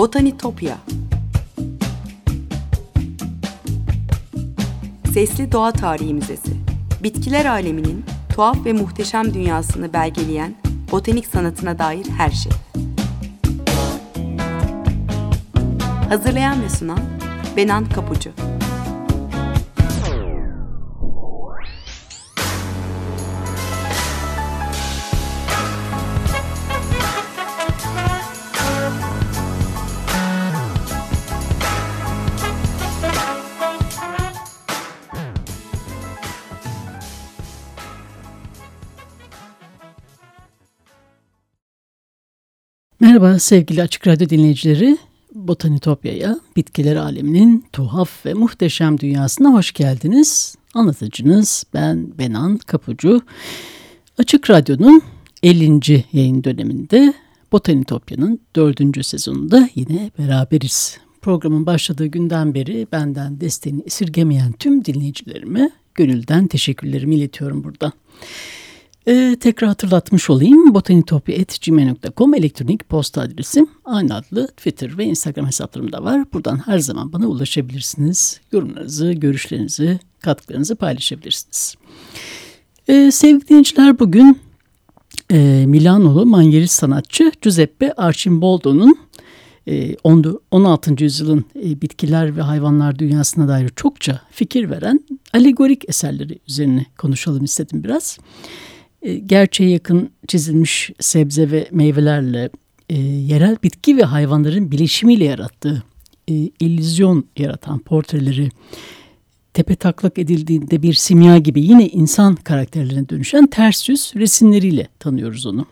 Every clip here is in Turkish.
Botanitopya. Sesli Doğa Tarihi Müzesi. Bitkiler aleminin tuhaf ve muhteşem dünyasını belgeleyen botanik sanatına dair her şey. Hazırlayan ve sunan Benan Kapucu. Merhaba sevgili Açık Radyo dinleyicileri, Botanitopya'ya, bitkiler aleminin tuhaf ve muhteşem dünyasına hoş geldiniz. Anlatıcınız ben Benan Kapucu. Açık Radyo'nun 50. yayın döneminde Botanitopya'nın 4. sezonunda yine beraberiz. Programın başladığı günden beri benden desteğini esirgemeyen tüm dinleyicilerime gönülden teşekkürlerimi iletiyorum buradan. Tekrar hatırlatmış olayım. botanitopya@gmail.com elektronik posta adresim. Aynı adlı Twitter ve Instagram hesaplarım da var. Buradan her zaman bana ulaşabilirsiniz. Yorumlarınızı, görüşlerinizi, katkılarınızı paylaşabilirsiniz. Sevgili dinleyiciler, bugün Milanolu manyerist sanatçı Giuseppe Arcimboldo'nun 16. yüzyılın bitkiler ve hayvanlar dünyasına dair çokça fikir veren alegorik eserleri üzerine konuşalım istedim biraz. Gerçeğe yakın çizilmiş sebze ve meyvelerle yerel bitki ve hayvanların bileşimiyle yarattığı illüzyon yaratan portreleri tepetaklak edildiğinde bir simya gibi yine insan karakterlerine dönüşen ters yüz resimleriyle tanıyoruz onu.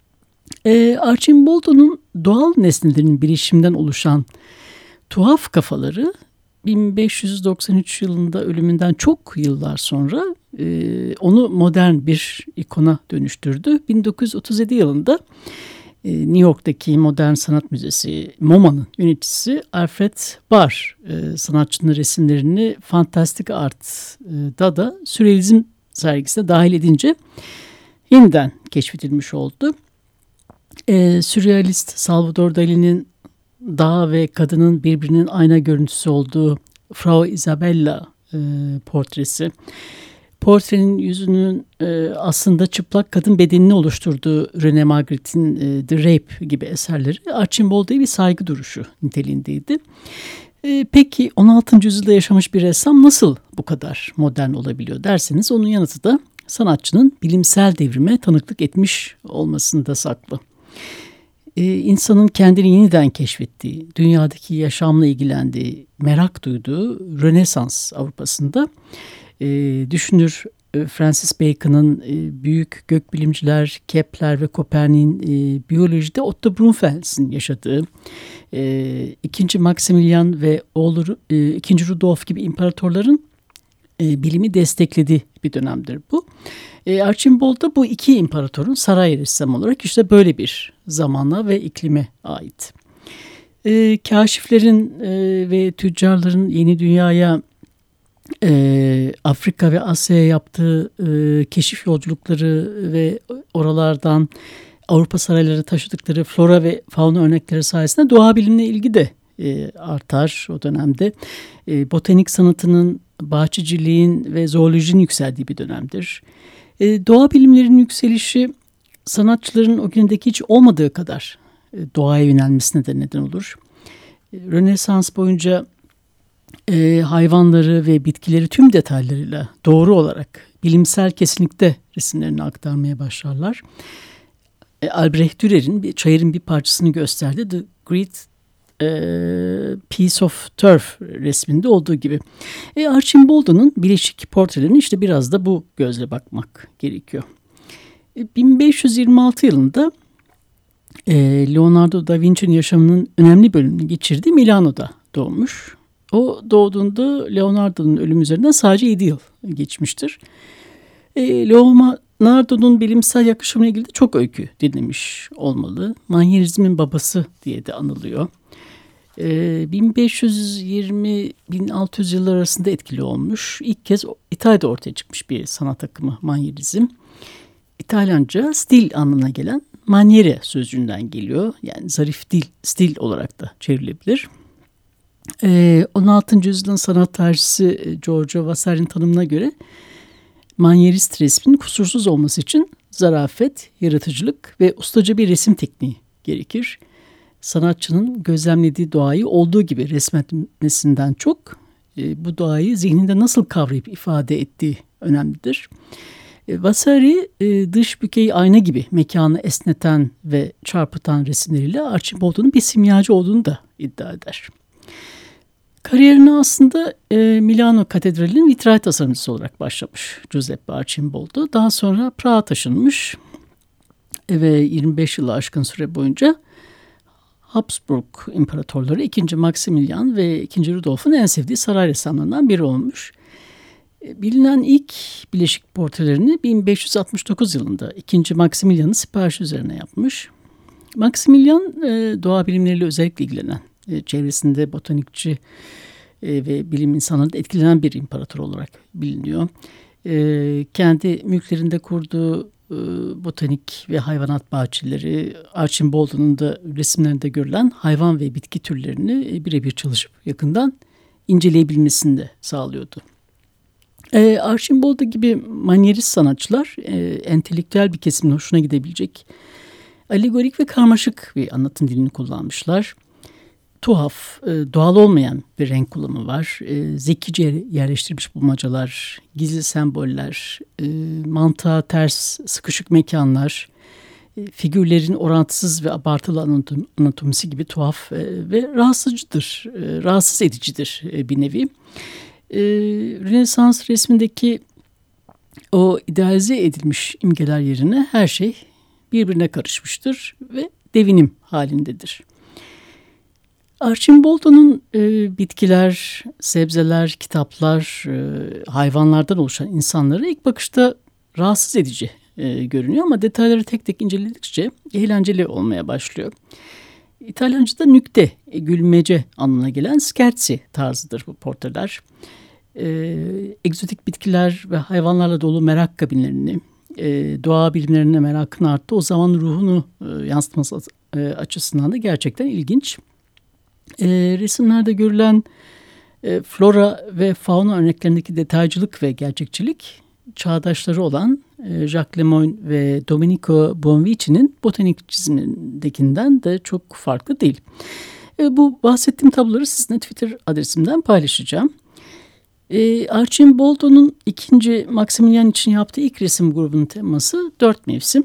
Arcimboldo'nun doğal nesnelerin bileşiminden oluşan tuhaf kafaları 1593 yılında ölümünden çok yıllar sonra onu modern bir ikona dönüştürdü. 1937 yılında New York'taki Modern Sanat Müzesi MoMA'nın yöneticisi Alfred Barr sanatçının resimlerini Fantastic Art'da da sürrealizm sergisine dahil edince yeniden keşfedilmiş oldu. Sürrealist Salvador Dali'nin dağ ve kadının birbirinin ayna görüntüsü olduğu Frau Isabella portresi. Portrenin yüzünün aslında çıplak kadın bedenini oluşturduğu René Magritte'in The Rape gibi eserleri Arcimboldo'ya bir saygı duruşu niteliğindeydi. Peki 16. yüzyılda yaşamış bir ressam nasıl bu kadar modern olabiliyor derseniz onun yanıtı da sanatçının bilimsel devrime tanıklık etmiş olmasında saklı. İnsanın kendini yeniden keşfettiği, dünyadaki yaşamla ilgilendiği, merak duyduğu Rönesans Avrupa'sında düşünür Francis Bacon'ın büyük gökbilimciler Kepler ve Kopernik'in biyolojide Otto Brunfels'in yaşadığı, 2. Maximilian ve oğlu 2. Rudolf gibi imparatorların bilimi desteklediği bir dönemdir bu. Arcimboldo bu iki imparatorun saray ressamı olarak işte böyle bir zamana ve iklime ait. Kaşiflerin ve tüccarların yeni dünyaya, Afrika ve Asya'ya yaptığı keşif yolculukları ve oralardan Avrupa sarayları taşıdıkları flora ve fauna örnekleri sayesinde doğa bilimine ilgi de artar o dönemde. Botanik sanatının, bahçeciliğin ve zoolojinin yükseldiği bir dönemdir. Doğa bilimlerinin yükselişi sanatçıların o gündeki hiç olmadığı kadar doğaya yönelmesine de neden olur. Rönesans boyunca hayvanları ve bitkileri tüm detaylarıyla doğru olarak bilimsel kesinlikte resimlerini aktarmaya başlarlar. Albrecht Dürer'in çayırın bir parçasını gösterdi. The Great Piece of Turf resminde olduğu gibi. Arcimboldo'nun bileşik portrelerine işte biraz da bu gözle bakmak gerekiyor. 1526 yılında Leonardo da Vinci'nin yaşamının önemli bölümünü geçirdiği Milano'da doğmuş. O doğduğunda Leonardo'nun ölümü üzerinden sadece 7 yıl geçmiştir. Leonardo'nun bilimsel yaklaşımına ilgili de çok öykü dinlemiş olmalı. Manyerizmin babası diye de anılıyor. 1520-1600 yıllar arasında etkili olmuş. İlk kez İtalya'da ortaya çıkmış bir sanat akımı manyerizm. İtalyanca stil anlamına gelen maniere sözcüğünden geliyor. Yani zarif dil, stil olarak da çevrilebilir. 16. yüzyılın sanat tarihçisi Giorgio Vasari'nin tanımına göre manyerist resmin kusursuz olması için zarafet, yaratıcılık ve ustaca bir resim tekniği gerekir. Sanatçının gözlemlediği doğayı olduğu gibi resmetmesinden çok bu doğayı zihninde nasıl kavrayıp ifade ettiği önemlidir. Vasari dış bükey ayna gibi mekanı esneten ve çarpıtan resimleriyle Archimboldo'nun bir simyacı olduğunu da iddia eder. Kariyerine aslında Milano Katedrali'nin vitray tasarımcısı olarak başlamış Giuseppe Arcimboldo. Daha sonra Prag'a taşınmış ve 25 yılı aşkın süre boyunca Habsburg imparatorları 2. Maximilian ve 2. Rudolf'un en sevdiği saray ressamlarından biri olmuş. Bilinen ilk bileşik portrelerini 1569 yılında 2. Maximilian'ın siparişi üzerine yapmış. Maximilian doğa bilimleriyle özellikle ilgilenen, çevresinde botanikçi ve bilim insanlarından etkilenen bir imparator olarak biliniyor. Kendi mülklerinde kurduğu botanik ve hayvanat bahçeleri, Archimboldo'nun da resimlerinde görülen hayvan ve bitki türlerini birebir çalışıp yakından inceleyebilmesini de sağlıyordu. Archimboldo gibi manyerist sanatçılar entelektüel bir kesimin hoşuna gidebilecek alegorik ve karmaşık bir anlatım dilini kullanmışlar. Tuhaf, doğal olmayan bir renk kullanımı var. Zekice yerleştirilmiş bulmacalar, gizli semboller, mantığa ters sıkışık mekanlar, figürlerin orantısız ve abartılı anatomisi gibi tuhaf ve rahatsız edicidir bir nevi. Rönesans resmindeki o idealize edilmiş imgeler yerine her şey birbirine karışmıştır ve devinim halindedir. Archimboldo'nun bitkiler, sebzeler, kitaplar, hayvanlardan oluşan insanları ilk bakışta rahatsız edici görünüyor ama detayları tek tek inceledikçe eğlenceli olmaya başlıyor. İtalyanca'da nükte, gülmece anlamına gelen scherzi tarzıdır bu portreler. Egzotik bitkiler ve hayvanlarla dolu merak kabinlerini, doğa bilimlerine merakın arttı. O zaman ruhunu yansıtması açısından da gerçekten ilginç. Resimlerde görülen flora ve fauna örneklerindeki detaycılık ve gerçekçilik çağdaşları olan Jacques Lemoyne ve Domenico Bonvici'nin botanik çizimindekinden de çok farklı değil. Bu bahsettiğim tabloları sizinle Twitter adresimden paylaşacağım. Archimboldo'nun 2. Maximilian için yaptığı ilk resim grubunun teması 4 mevsim.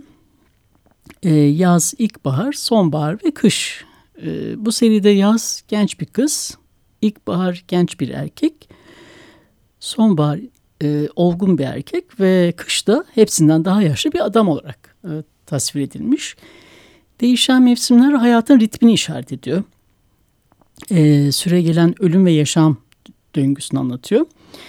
Yaz, ilkbahar, sonbahar ve kış. Bu seride yaz genç bir kız, ilkbahar genç bir erkek, sonbahar olgun bir erkek ve kışta hepsinden daha yaşlı bir adam olarak tasvir edilmiş. Değişen mevsimler hayatın ritmini işaret ediyor. Süregelen ölüm ve yaşam döngüsünü anlatıyor.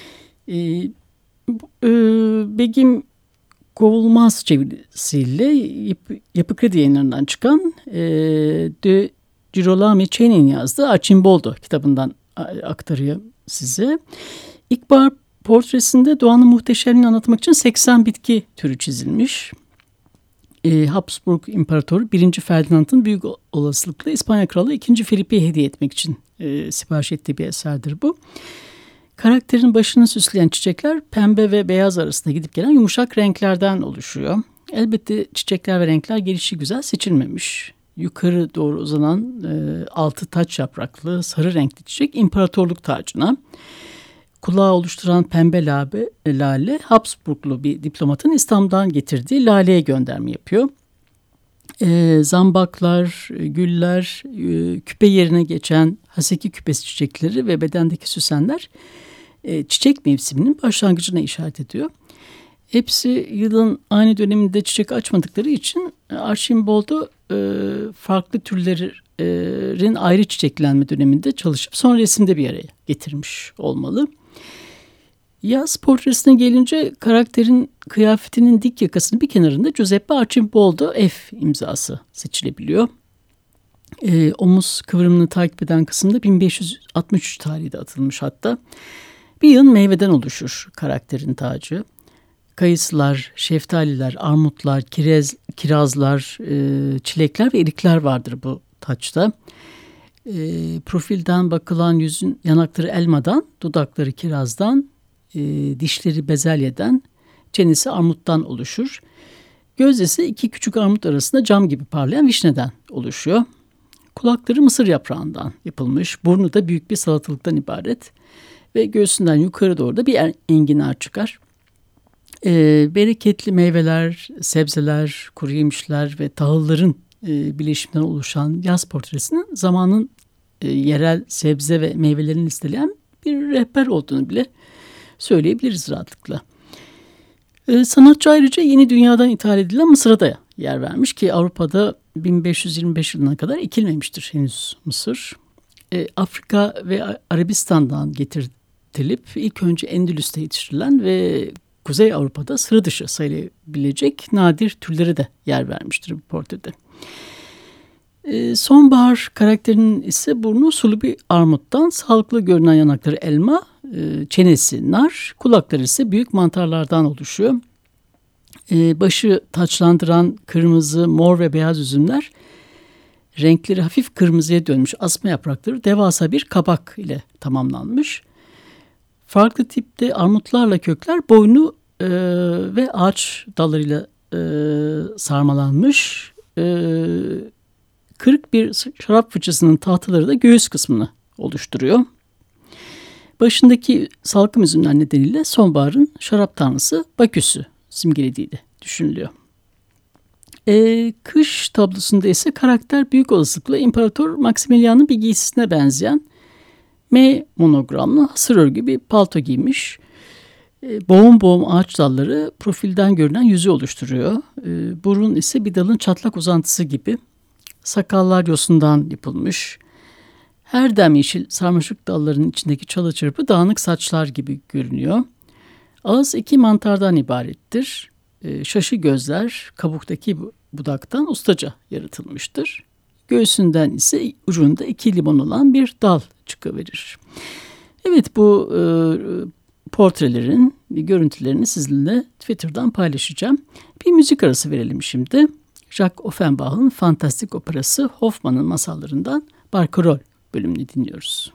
Begim Kovulmaz çevirisiyle Yapı Kredi Yayınları'ndan çıkan De Girolamo Ceni'nin yazdığı Archimboldo kitabından aktarıyor size. İlkbahar portresinde doğanın muhteşemliğini anlatmak için 80 bitki türü çizilmiş. Habsburg İmparatoru 1. Ferdinand'ın büyük olasılıkla İspanya Kralı 2. Felipe'ye hediye etmek için sipariş ettiği bir eserdir bu. Karakterin başını süsleyen çiçekler pembe ve beyaz arasında gidip gelen yumuşak renklerden oluşuyor. Elbette çiçekler ve renkler gelişigüzel seçilmemiş. Yukarı doğru uzanan altı taç yapraklı sarı renkli çiçek imparatorluk tacına, kulağı oluşturan pembe lale Habsburglu bir diplomatın İstanbul'dan getirdiği laleye gönderme yapıyor. Zambaklar, güller, küpe yerine geçen haseki küpesi çiçekleri ve bedendeki süsenler çiçek mevsiminin başlangıcına işaret ediyor. Hepsi yılın aynı döneminde çiçek açmadıkları için Archimboldo farklı türlerin ayrı çiçeklenme döneminde çalışıp son resimde bir araya getirmiş olmalı. Yaz portresine gelince karakterin kıyafetinin dik yakasının bir kenarında Giuseppe Archimboldo F imzası seçilebiliyor. Omuz kıvrımını takip eden kısımda 1563 tarihinde atılmış hatta. Bir yığın meyveden oluşur karakterin tacı. kayısılar, şeftaliler, armutlar, kirazlar, çilekler ve erikler vardır bu taçta. Profilden bakılan yüzün yanakları elmadan, dudakları kirazdan, dişleri bezelyeden, çenesi armuttan oluşur. Gözdesi iki küçük armut arasında cam gibi parlayan vişneden oluşuyor. Kulakları mısır yaprağından yapılmış, burnu da büyük bir salatalıktan ibaret ve göğsünden yukarı doğru da bir enginar çıkar. Bereketli meyveler, sebzeler, kuru yemişler ve tahılların bileşiminden oluşan yaz portresinin zamanın yerel sebze ve meyvelerini listeleyen bir rehber olduğunu bile söyleyebiliriz rahatlıkla. Sanatçı ayrıca yeni dünyadan ithal edilen mısıra da yer vermiş ki Avrupa'da 1525 yılına kadar ekilmemiştir henüz mısır. Afrika ve Arabistan'dan getirtilip ilk önce Endülüs'te yetiştirilen ve Kuzey Avrupa'da sıra dışı sayılabilecek nadir türlere de yer vermiştir bu portrede. Sonbahar karakterinin ise burnu sulu bir armuttan, sağlıklı görünen yanakları elma, çenesi nar, kulakları ise büyük mantarlardan oluşuyor. Başı taçlandıran kırmızı, mor ve beyaz üzümler, renkleri hafif kırmızıya dönmüş asma yaprakları devasa bir kabak ile tamamlanmış. Farklı tipte armutlarla kökler boynu ve ağaç dallarıyla sarmalanmış. Kırık bir şarap fıçısının tahtaları da göğüs kısmını oluşturuyor. Başındaki salkım üzümler nedeniyle sonbaharın şarap tanrısı Baküs'ü simgelediği de düşünülüyor. Kış tablosunda ise karakter büyük olasılıkla İmparator Maximilian'ın bir giysisine benzeyen M monogramlı hasır örgü bir palto giymiş. Boğum boğum ağaç dalları profilden görünen yüzü oluşturuyor. Burun ise bir dalın çatlak uzantısı gibi. Sakallar yosundan yapılmış. Her dem yeşil sarmaşık dallarının içindeki çalı çırpı dağınık saçlar gibi görünüyor. Ağız iki mantardan ibarettir. Şaşı gözler kabuktaki budaktan ustaca yaratılmıştır. Göğsünden ise ucunda iki limon olan bir dal çıkıverir. Evet, bu portrelerin görüntülerini sizinle Twitter'dan paylaşacağım. Bir müzik arası verelim şimdi. Jacques Offenbach'ın fantastik operası Hoffmann'ın masallarından Barcarolle bölümünü dinliyoruz.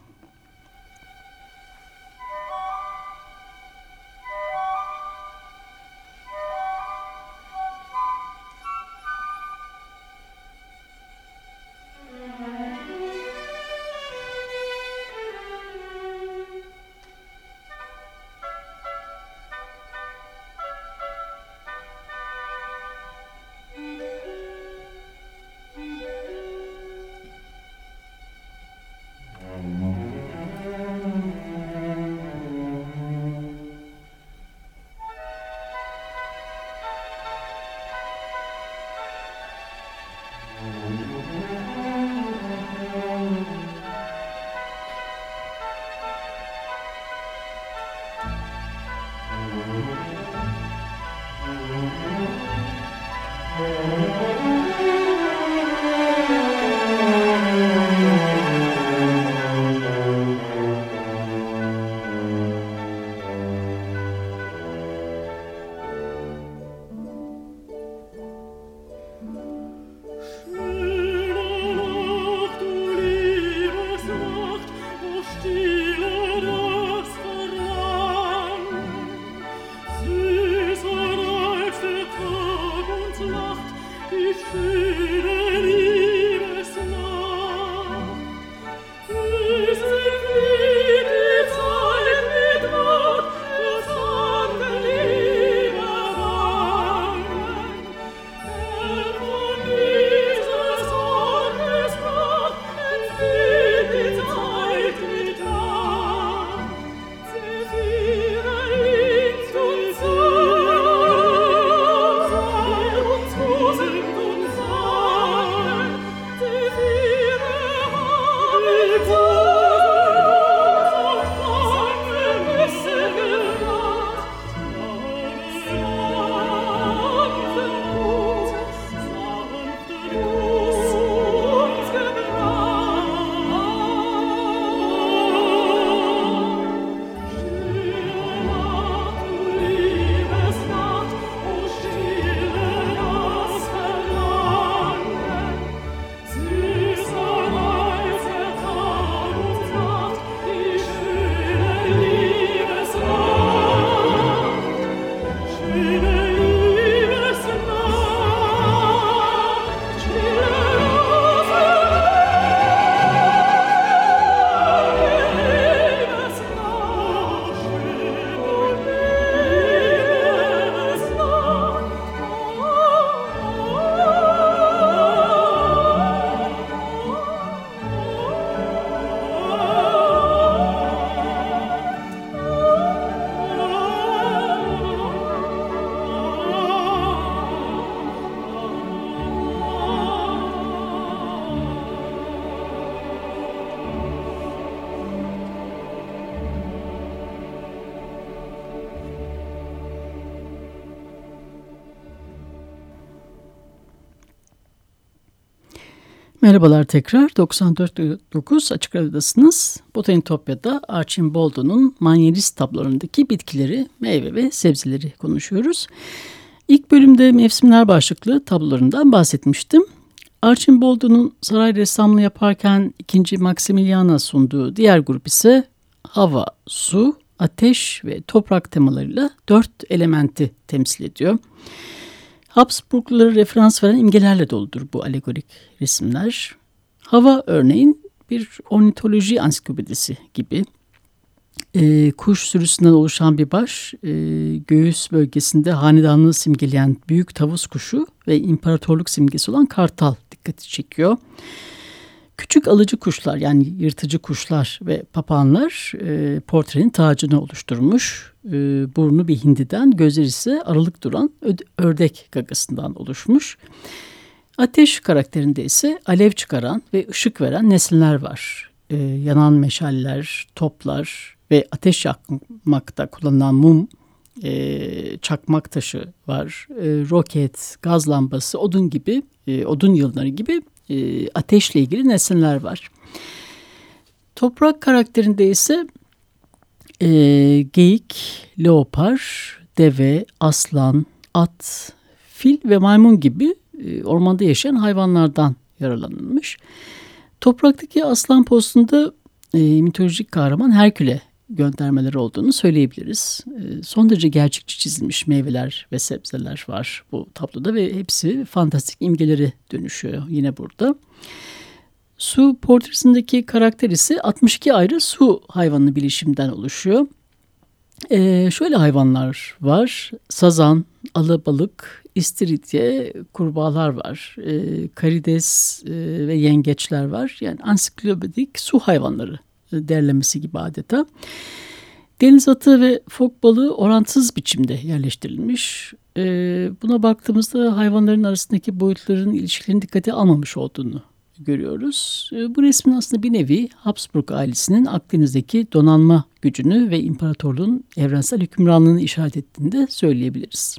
Merhabalar tekrar. 94.9 Açık Radyo'dasınız. Botanitopya'da Archimboldo'nun manyelist tablolarındaki bitkileri, meyve ve sebzeleri konuşuyoruz. İlk bölümde mevsimler başlıklı tablolarından bahsetmiştim. Archimboldo'nun saray ressamlığı yaparken 2. Maximilian'a sunduğu diğer grup ise hava, su, ateş ve toprak temalarıyla 4 elementi temsil ediyor. Habsburglulara referans veren imgelerle doludur bu alegorik resimler. Hava örneğin bir ornitoloji ansiklopedisi gibi. Kuş sürüsünden oluşan bir baş, göğüs bölgesinde hanedanlığı simgeleyen büyük tavus kuşu ve imparatorluk simgesi olan kartal dikkati çekiyor. Küçük alıcı kuşlar, yani yırtıcı kuşlar ve papağanlar portrenin tacını oluşturmuş. Burnu bir hindiden, gözleri ise aralık duran ördek gagasından oluşmuş. Ateş karakterinde ise alev çıkaran ve ışık veren nesneler var. Yanan meşaller, toplar ve ateş yakmakta kullanılan mum, çakmak taşı var. Roket, gaz lambası, odun gibi, odun yığınları gibi ateşle ilgili nesneler var. Toprak karakterinde ise geyik, leopar, deve, aslan, at, fil ve maymun gibi ormanda yaşayan hayvanlardan yararlanılmış. Topraktaki aslan postunda mitolojik kahraman Herkül'e göndermeleri olduğunu söyleyebiliriz. Son derece gerçekçi çizilmiş meyveler ve sebzeler var bu tabloda ve hepsi fantastik imgelere dönüşüyor yine burada. Su portresindeki karakter ise 62 ayrı su hayvanı bilişimden oluşuyor. Şöyle hayvanlar var: sazan, alabalık, istiridye, kurbağalar var, karides ve yengeçler var. Yani ansiklopedik su hayvanları derlemesi gibi adeta. Deniz atı ve fok balığı orantısız biçimde yerleştirilmiş. Buna baktığımızda hayvanların arasındaki boyutların ilişkilerini dikkate almamış olduğunu görüyoruz. Bu resmin aslında bir nevi Habsburg ailesinin Akdeniz'deki donanma gücünü ve imparatorluğun evrensel hükümranlığını işaret ettiğini de söyleyebiliriz.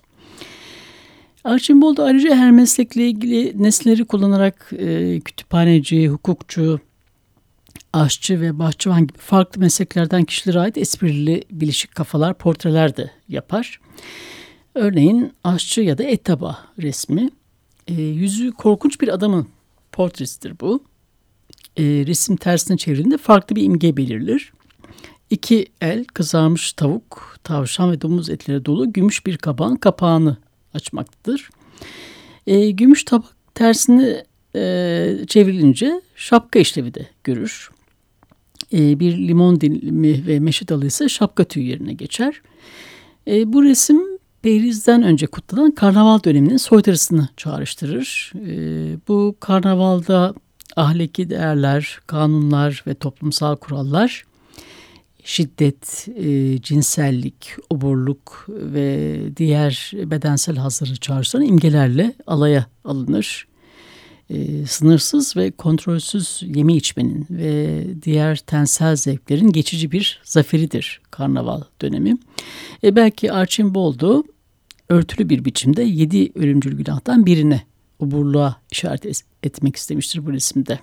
Archimboldo ayrıca her meslekle ilgili nesneleri kullanarak kütüphaneci, hukukçu, aşçı ve bahçıvan gibi farklı mesleklerden kişilere ait esprili bilişik kafalar, portreler de yapar. Örneğin aşçı ya da et tabağı resmi. Yüzü korkunç bir adamın portresidir bu. Resim tersine çevrildiğinde farklı bir imge belirlir. 2 el kızarmış tavuk, tavşan ve domuz etleri dolu gümüş bir kabağın kapağını açmaktadır. Gümüş tabak tersine çevrilince şapka işlevi de görür. Bir limon dilimi ve meşe dalı ise şapka tüyü yerine geçer. Bu resim Periz'den önce kutlanan karnaval döneminin soytarısını çağrıştırır. Bu karnavalda ahlaki değerler, kanunlar ve toplumsal kurallar, şiddet, cinsellik, oburluk ve diğer bedensel hazları çağrıştıran imgelerle alaya alınır. Sınırsız ve kontrolsüz yeme içmenin ve diğer tensel zevklerin geçici bir zaferidir karnaval dönemi. Belki Archimboldo örtülü bir biçimde 7 ölümcül günahtan birine, oburluğa işaret etmek istemiştir bu resimde.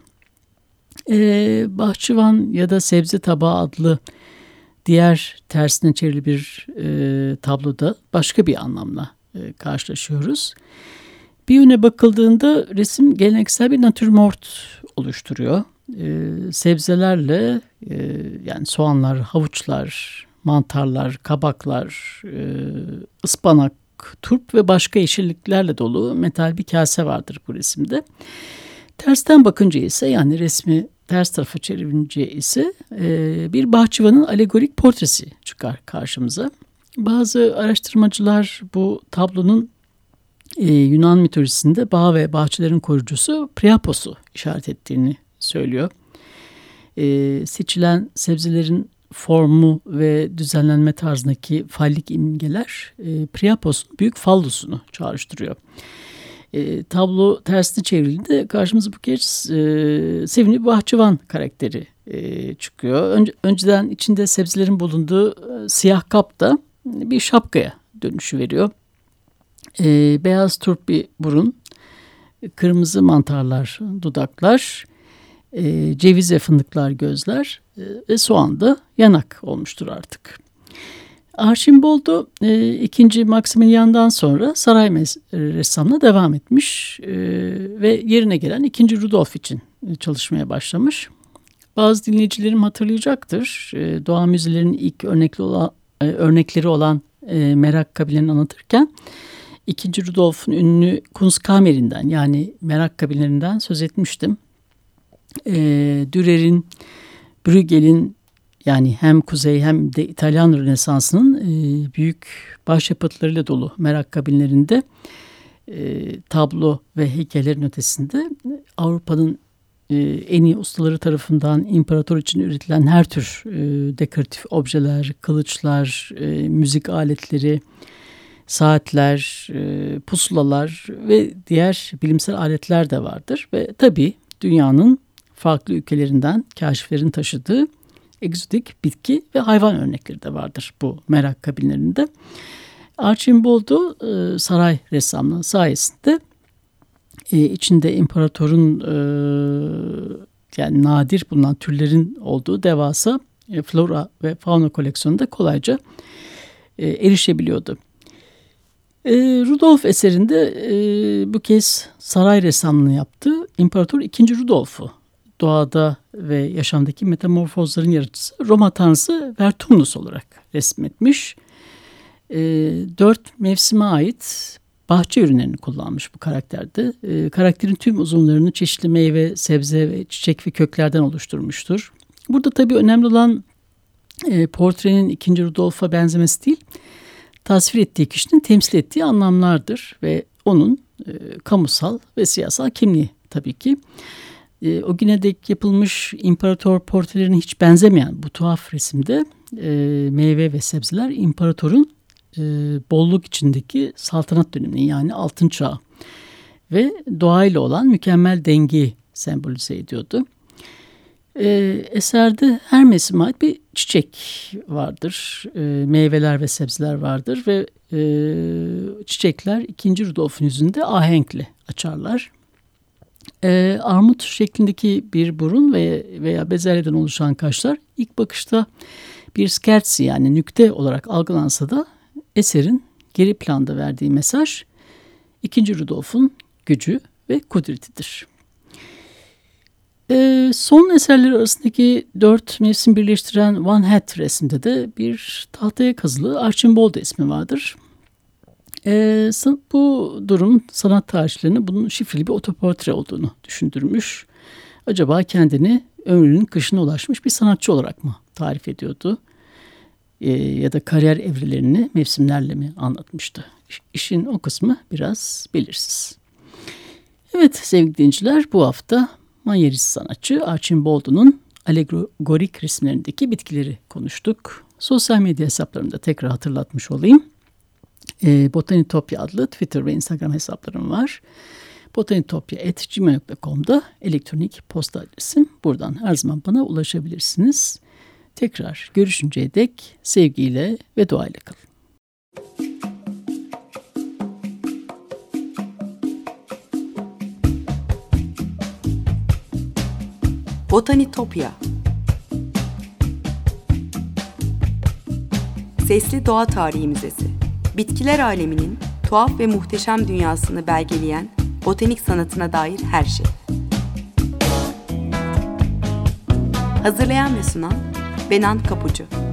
Bahçıvan ya da sebze tabağı adlı diğer tersine çevrili bir tabloda başka bir anlamla karşılaşıyoruz. Bir yöne bakıldığında resim geleneksel bir natürmort oluşturuyor. Sebzelerle yani soğanlar, havuçlar, mantarlar, kabaklar, ıspanak, turp ve başka yeşilliklerle dolu metal bir kase vardır bu resimde. Tersten bakınca ise, yani resmi ters tarafa çevirince ise bir bahçıvanın alegorik portresi çıkar karşımıza. Bazı araştırmacılar bu tablonun Yunan mitolojisinde bağ ve bahçelerin koruyucusu Priapos'u işaret ettiğini söylüyor. Seçilen sebzelerin formu ve düzenlenme tarzındaki fallik imgeler Priapos'un büyük fallusunu çağrıştırıyor. Tablo tersine çevrildiğinde karşımıza bu kez sevimli bir bahçıvan karakteri çıkıyor. Önceden içinde sebzelerin bulunduğu siyah kap da bir şapkaya dönüşü veriyor. Beyaz turp bir burun kırmızı mantarlar dudaklar, ceviz ve fındıklar gözler ve soğan da yanak olmuştur artık. Archimboldo 2. Maximilian'dan sonra saray ressamına devam etmiş ve yerine gelen 2. Rudolf için çalışmaya başlamış. Bazı dinleyicilerim hatırlayacaktır. Doğa müzelerinin ilk örnekleri olan merak kabilelerini anlatırken 2. Rudolf'un ünlü Kunstkammer'inden yani merak kabinlerinden söz etmiştim. Dürer'in, Bruegel'in yani hem Kuzey hem de İtalyan Rönesansı'nın büyük başyapıtlarıyla dolu merak kabinlerinde tablo ve heykellerin ötesinde Avrupa'nın en iyi ustaları tarafından imparator için üretilen her tür dekoratif objeler, kılıçlar, müzik aletleri, saatler, pusulalar ve diğer bilimsel aletler de vardır. Ve tabii dünyanın farklı ülkelerinden kaşiflerin taşıdığı egzotik bitki ve hayvan örnekleri de vardır bu merak kabinlerinde. Archimboldo saray ressamlığı sayesinde içinde imparatorun yani nadir bulunan türlerin olduğu devasa flora ve fauna koleksiyonunda kolayca erişebiliyordu. Rudolf eserinde bu kez saray ressamlığını yaptı. İmparator 2. Rudolf'u doğada ve yaşamdaki metamorfozların yaratıcısı Roma tanrısı Vertumnus olarak resmetmiş. 4 mevsime ait bahçe ürünlerini kullanmış bu karakterde. Karakterin tüm uzunlarını çeşitli meyve, sebze ve çiçek ve köklerden oluşturmuştur. Burada tabii önemli olan portrenin 2. Rudolf'a benzemesi değil, tasvir ettiği kişinin temsil ettiği anlamlardır ve onun kamusal ve siyasal kimliği tabii ki. O güne dek yapılmış imparator portrelerine hiç benzemeyen bu tuhaf resimde meyve ve sebzeler imparatorun bolluk içindeki saltanat dönemini yani altın çağı ve doğayla olan mükemmel dengeyi sembolize ediyordu. Eserde her mevsime ait bir çiçek vardır, meyveler ve sebzeler vardır ve çiçekler 2. Rudolf'un yüzünde ahenkle açarlar. Armut şeklindeki bir burun veya bezelyeden oluşan kaşlar ilk bakışta bir scherzi yani nükte olarak algılansa da eserin geri planda verdiği mesaj 2. Rudolf'un gücü ve kudretidir. Son eserleri arasındaki 4 mevsim birleştiren One Hat resimde de bir tahtaya kazılı Archimboldo ismi vardır. Bu durum sanat tarihçilerine bunun şifreli bir otoportre olduğunu düşündürmüş. Acaba kendini ömrünün kışına ulaşmış bir sanatçı olarak mı tarif ediyordu? Ya da kariyer evrelerini mevsimlerle mi anlatmıştı? İşin o kısmı biraz belirsiz. Evet sevgili dinleyiciler, bu hafta Manyerist sanatçı Archimboldo'nun alegorik resimlerindeki bitkileri konuştuk. Sosyal medya hesaplarımda tekrar hatırlatmış olayım. Botanitopya adlı Twitter ve Instagram hesaplarım var. botanitopya@gmail.com'da elektronik posta adresim. Buradan her zaman bana ulaşabilirsiniz. Tekrar görüşünceye dek sevgiyle ve duayla kalın. Botanitopya. Sesli Doğa Tarihi Müzesi. Bitkiler aleminin tuhaf ve muhteşem dünyasını belgeleyen botanik sanatına dair her şey. Hazırlayan ve sunan Benan Kapucu.